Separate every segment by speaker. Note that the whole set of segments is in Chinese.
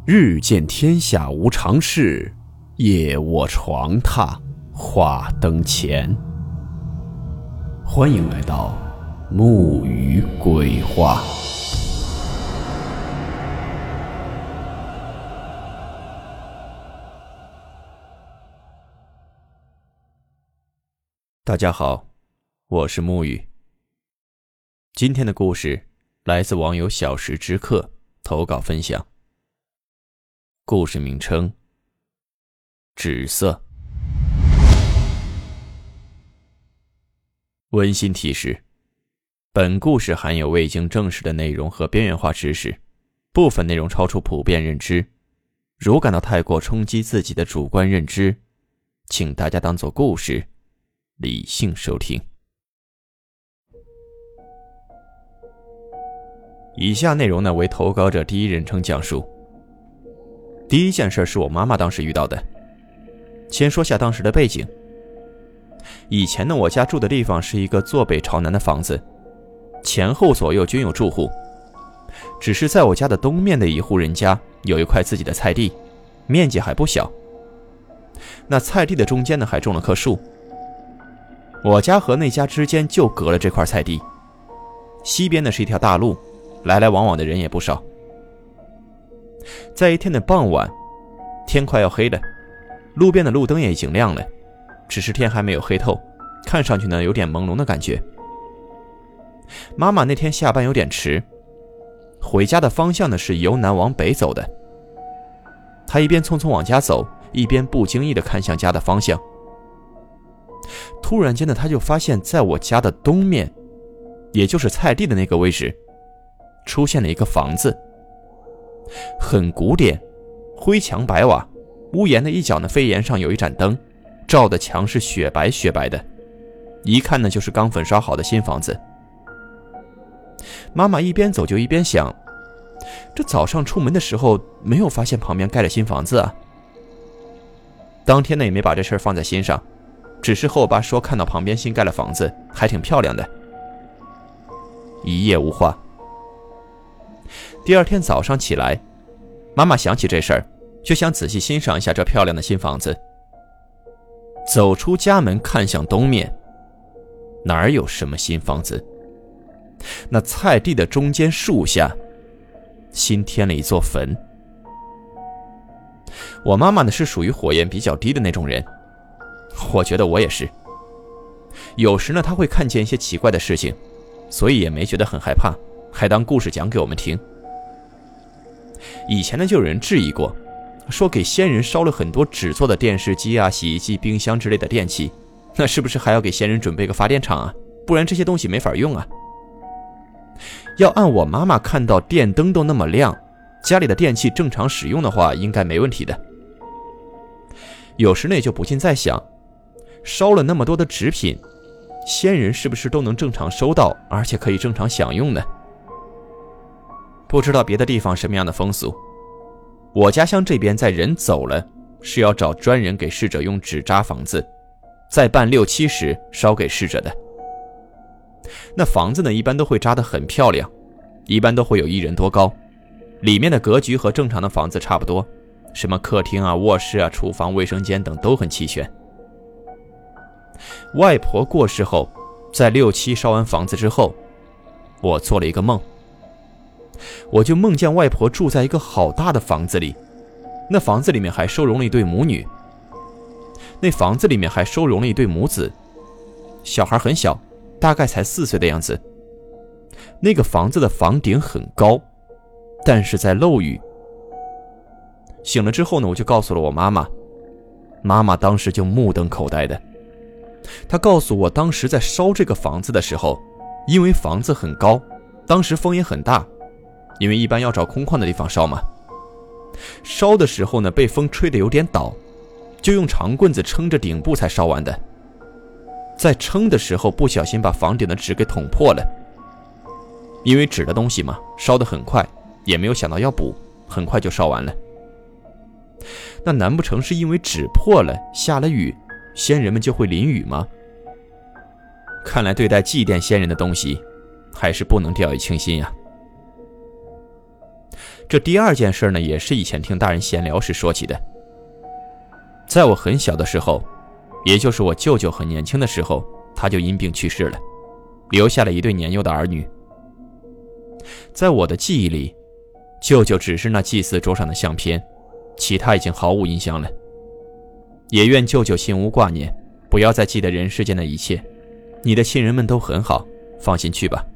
Speaker 1: 日见天下无常事，夜卧床榻话灯前。欢迎来到木鱼鬼话。大家好，我是木鱼。今天的故事来自网友小时之客投稿分享。故事名称：纸色。温馨提示：本故事含有未经证实的内容和边缘化知识，部分内容超出普遍认知。如感到太过冲击自己的主观认知，请大家当作故事，理性收听。以下内容呢为投稿者第一人称讲述。第一件事是我妈妈当时遇到的。先说下当时的背景。以前呢，我家住的地方是一个坐北朝南的房子，前后左右均有住户。只是在我家的东面的一户人家有一块自己的菜地，面积还不小。那菜地的中间呢还种了棵树。我家和那家之间就隔了这块菜地，西边呢是一条大路，来来往往的人也不少。在一天的傍晚，天快要黑了，路边的路灯也已经亮了，只是天还没有黑透，看上去呢有点朦胧的感觉。妈妈那天下班有点迟，回家的方向呢是由南往北走的。她一边匆匆往家走，一边不经意地看向家的方向。突然间呢，她就发现在我家的东面，也就是菜地的那个位置，出现了一个房子。很古典，灰墙白瓦，屋檐的一角呢飞檐上有一盏灯，照的墙是雪白雪白的，一看呢就是刚粉刷好的新房子。妈妈一边走就一边想，这早上出门的时候没有发现旁边盖了新房子啊。当天呢也没把这事儿放在心上，只是和我爸说看到旁边新盖了房子，还挺漂亮的。一夜无话。第二天早上起来，妈妈想起这事儿，就想仔细欣赏一下这漂亮的新房子。走出家门看向东面，哪儿有什么新房子？那菜地的中间树下新添了一座坟。我妈妈呢是属于火焰比较低的那种人，我觉得我也是。有时呢她会看见一些奇怪的事情，所以也没觉得很害怕，还当故事讲给我们听。以前呢就有人质疑过，说给先人烧了很多纸做的电视机啊、洗衣机、冰箱之类的电器，那是不是还要给先人准备个发电厂啊？不然这些东西没法用啊。要按我妈妈看到电灯都那么亮，家里的电器正常使用的话，应该没问题的。有时呢也就不禁在想，烧了那么多的纸品，先人是不是都能正常收到，而且可以正常享用呢？不知道别的地方什么样的风俗，我家乡这边在人走了，是要找专人给逝者用纸扎房子，再办6、7时烧给逝者的。那房子呢一般都会扎得很漂亮，一般都会有1人多高，里面的格局和正常的房子差不多，什么客厅啊、卧室啊、厨房、卫生间等都很齐全。外婆过世后，在6、7烧完房子之后，我做了一个梦。我就梦见外婆住在一个好大的房子里，那房子里面还收容了一对母女，那房子里面还收容了一对母子，小孩很小，大概才4岁的样子。那个房子的房顶很高，但是在漏雨。醒了之后呢，我就告诉了我妈妈，妈妈当时就目瞪口呆的。她告诉我，当时在烧这个房子的时候，因为房子很高，当时风也很大，因为一般要找空旷的地方烧嘛。烧的时候呢，被风吹得有点倒，就用长棍子撑着顶部才烧完的。在撑的时候不小心把房顶的纸给捅破了。因为纸的东西嘛，烧得很快，也没有想到要补，很快就烧完了。那难不成是因为纸破了，下了雨，先人们就会淋雨吗？看来对待祭奠先人的东西，还是不能掉以轻心呀。 这第二件事呢，也是以前听大人闲聊时说起的。在我很小的时候，也就是我舅舅很年轻的时候，他就因病去世了，留下了一对年幼的儿女。在我的记忆里，舅舅只是那祭祀桌上的相片，其他已经毫无印象了。也愿舅舅心无挂念，不要再记得人世间的一切，你的亲人们都很好，放心去吧。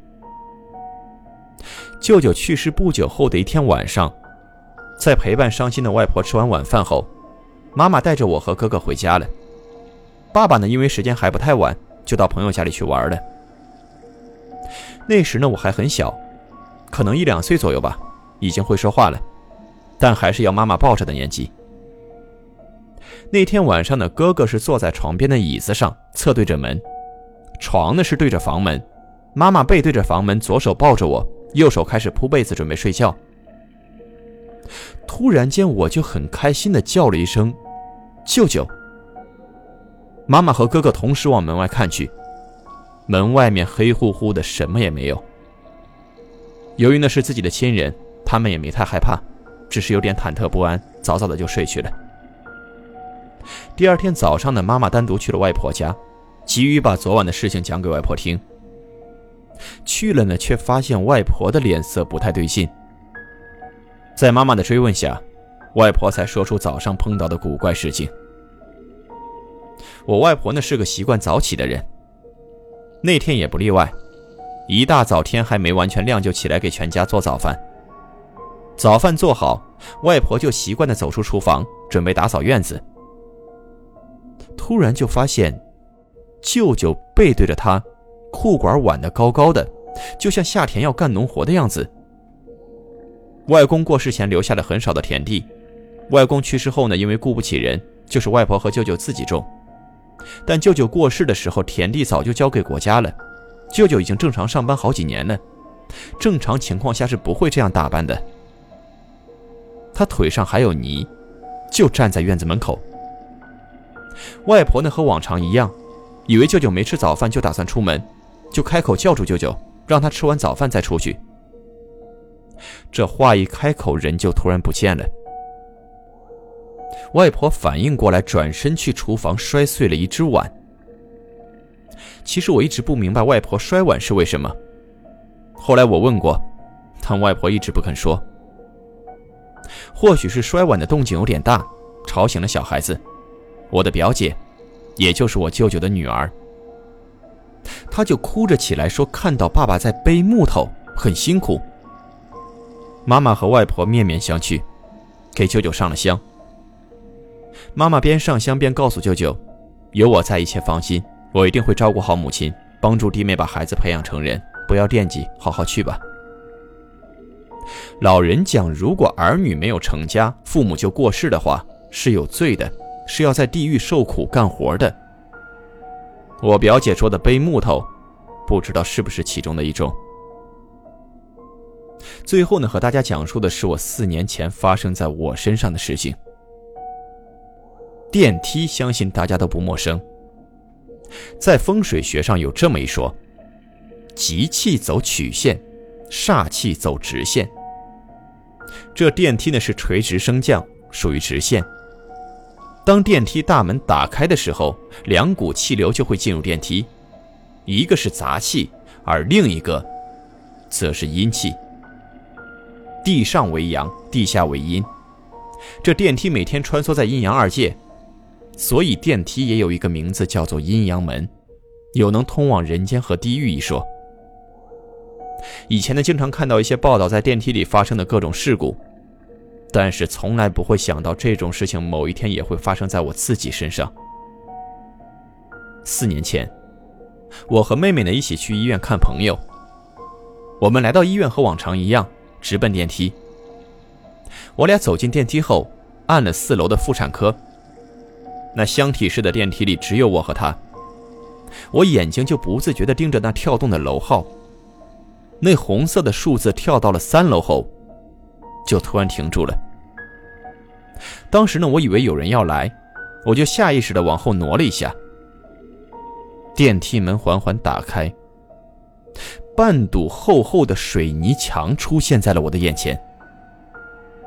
Speaker 1: 舅舅去世不久后的一天晚上，在陪伴伤心的外婆吃完晚饭后，妈妈带着我和哥哥回家了。爸爸呢，因为时间还不太晚，就到朋友家里去玩了。那时呢，我还很小，可能1-2岁左右吧，已经会说话了，但还是要妈妈抱着的年纪。那天晚上呢，哥哥是坐在床边的椅子上，侧对着门，床呢是对着房门，妈妈背对着房门，左手抱着我，右手开始铺被子准备睡觉。突然间我就很开心地叫了一声舅舅。妈妈和哥哥同时往门外看去，门外面黑乎乎的，什么也没有。由于那是自己的亲人，他们也没太害怕，只是有点忐忑不安，早早的就睡去了。第二天早上呢，妈妈单独去了外婆家，急于把昨晚的事情讲给外婆听。去了呢，却发现外婆的脸色不太对劲。在妈妈的追问下，外婆才说出早上碰到的古怪事情。我外婆呢是个习惯早起的人，那天也不例外，一大早天还没完全亮就起来给全家做早饭。早饭做好，外婆就习惯地走出厨房，准备打扫院子。突然就发现舅舅背对着她，裤管挽得高高的，就像夏天要干农活的样子。外公过世前留下了很少的田地，外公去世后呢，因为顾不起人，就是外婆和舅舅自己种。但舅舅过世的时候，田地早就交给国家了，舅舅已经正常上班好几年了，正常情况下是不会这样打扮的。他腿上还有泥，就站在院子门口。外婆呢和往常一样，以为舅舅没吃早饭就打算出门，就开口叫住舅舅，让他吃完早饭再出去。这话一开口，人就突然不见了。外婆反应过来，转身去厨房摔碎了一只碗。其实我一直不明白外婆摔碗是为什么，后来我问过，但外婆一直不肯说。或许是摔碗的动静有点大，吵醒了小孩子，我的表姐，也就是我舅舅的女儿。她就哭着起来说看到爸爸在背木头，很辛苦。妈妈和外婆面面相觑，给舅舅上了香。妈妈边上香边告诉舅舅，有我在，一切放心，我一定会照顾好母亲，帮助弟妹把孩子培养成人，不要惦记，好好去吧。老人讲，如果儿女没有成家，父母就过世的话，是有罪的，是要在地狱受苦干活的。我表姐说的背木头，不知道是不是其中的一种。最后呢，和大家讲述的是我4年前发生在我身上的事情。电梯相信大家都不陌生，在风水学上有这么一说，吉气走曲线，煞气走直线。这电梯呢是垂直升降，属于直线。当电梯大门打开的时候，2股气流就会进入电梯，一个是杂气，而另一个则是阴气。地上为阳，地下为阴。这电梯每天穿梭在阴阳2界，所以电梯也有一个名字叫做阴阳门，有能通往人间和地狱一说。以前呢，经常看到一些报道在电梯里发生的各种事故，但是从来不会想到这种事情某一天也会发生在我自己身上。4年前，我和妹妹呢一起去医院看朋友。我们来到医院和往常一样，直奔电梯。我俩走进电梯后，按了4楼的妇产科。那箱体式的电梯里只有我和她，我眼睛就不自觉地盯着那跳动的楼号。那红色的数字跳到了3楼后，就突然停住了。当时呢，我以为有人要来，我就下意识地往后挪了一下。电梯门缓缓打开，半堵厚厚的水泥墙出现在了我的眼前。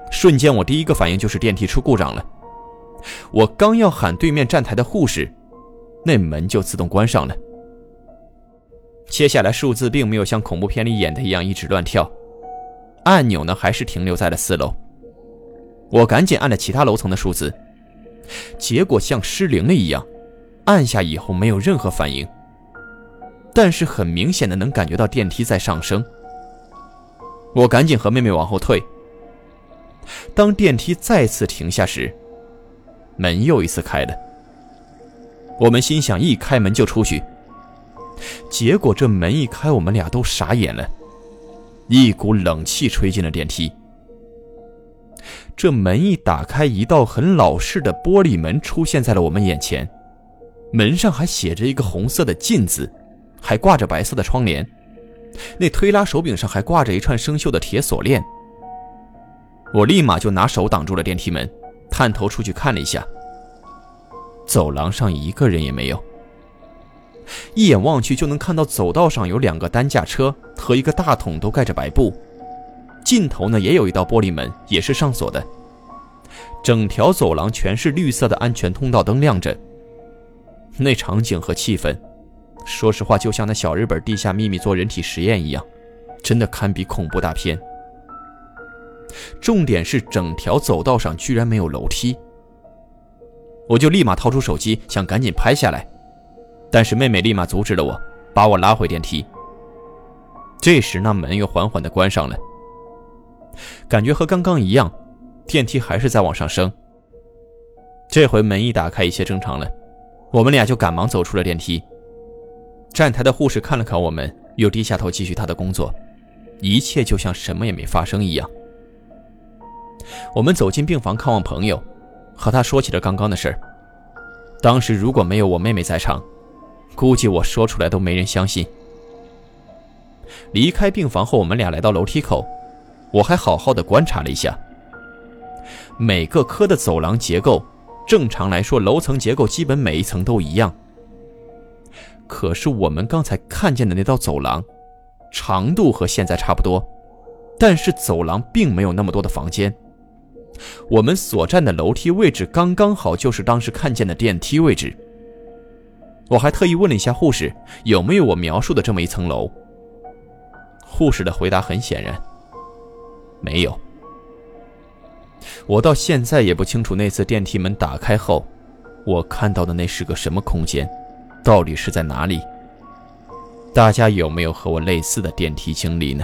Speaker 1: 瞬间我第一个反应就是电梯出故障了。我刚要喊对面站台的护士，那门就自动关上了。接下来数字并没有像恐怖片里演的一样一直乱跳，按钮呢还是停留在了4楼。我赶紧按了其他楼层的数字，结果像失灵了一样，按下以后没有任何反应，但是很明显的能感觉到电梯在上升。我赶紧和妹妹往后退。当电梯再次停下时，门又一次开了。我们心想一开门就出去，结果这门一开，我们俩都傻眼了，一股冷气吹进了电梯。这门一打开，一道很老式的玻璃门出现在了我们眼前，门上还写着一个红色的禁字，还挂着白色的窗帘，那推拉手柄上还挂着一串生锈的铁锁链。我立马就拿手挡住了电梯门，探头出去看了一下，走廊上一个人也没有。一眼望去就能看到走道上有2个担架车和一个大桶都盖着白布，尽头呢也有一道玻璃门，也是上锁的。整条走廊全是绿色的安全通道灯亮着，那场景和气氛，说实话就像那小日本地下秘密做人体实验一样，真的堪比恐怖大片。重点是整条走道上居然没有楼梯，我就立马掏出手机想赶紧拍下来，但是妹妹立马阻止了我，把我拉回电梯。这时那门又缓缓地关上了，感觉和刚刚一样，电梯还是在往上升。这回门一打开，一切正常了，我们俩就赶忙走出了电梯。站台的护士看了看我们，又低下头继续她的工作，一切就像什么也没发生一样。我们走进病房看望朋友，和他说起了刚刚的事儿。当时如果没有我妹妹在场，估计我说出来都没人相信。离开病房后，我们俩来到楼梯口，我还好好的观察了一下。每个科的走廊结构，正常来说楼层结构基本每一层都一样。可是我们刚才看见的那道走廊，长度和现在差不多，但是走廊并没有那么多的房间。我们所站的楼梯位置刚刚好就是当时看见的电梯位置。我还特意问了一下护士，有没有我描述的这么一层楼。护士的回答很显然，没有。我到现在也不清楚那次电梯门打开后，我看到的那是个什么空间，到底是在哪里？大家有没有和我类似的电梯经历呢？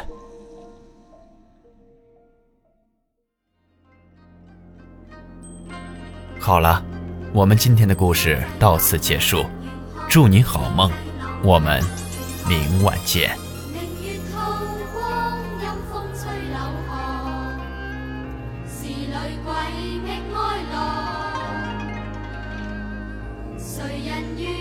Speaker 2: 好了，我们今天的故事到此结束，祝您好梦，我们明晚见。谁人愿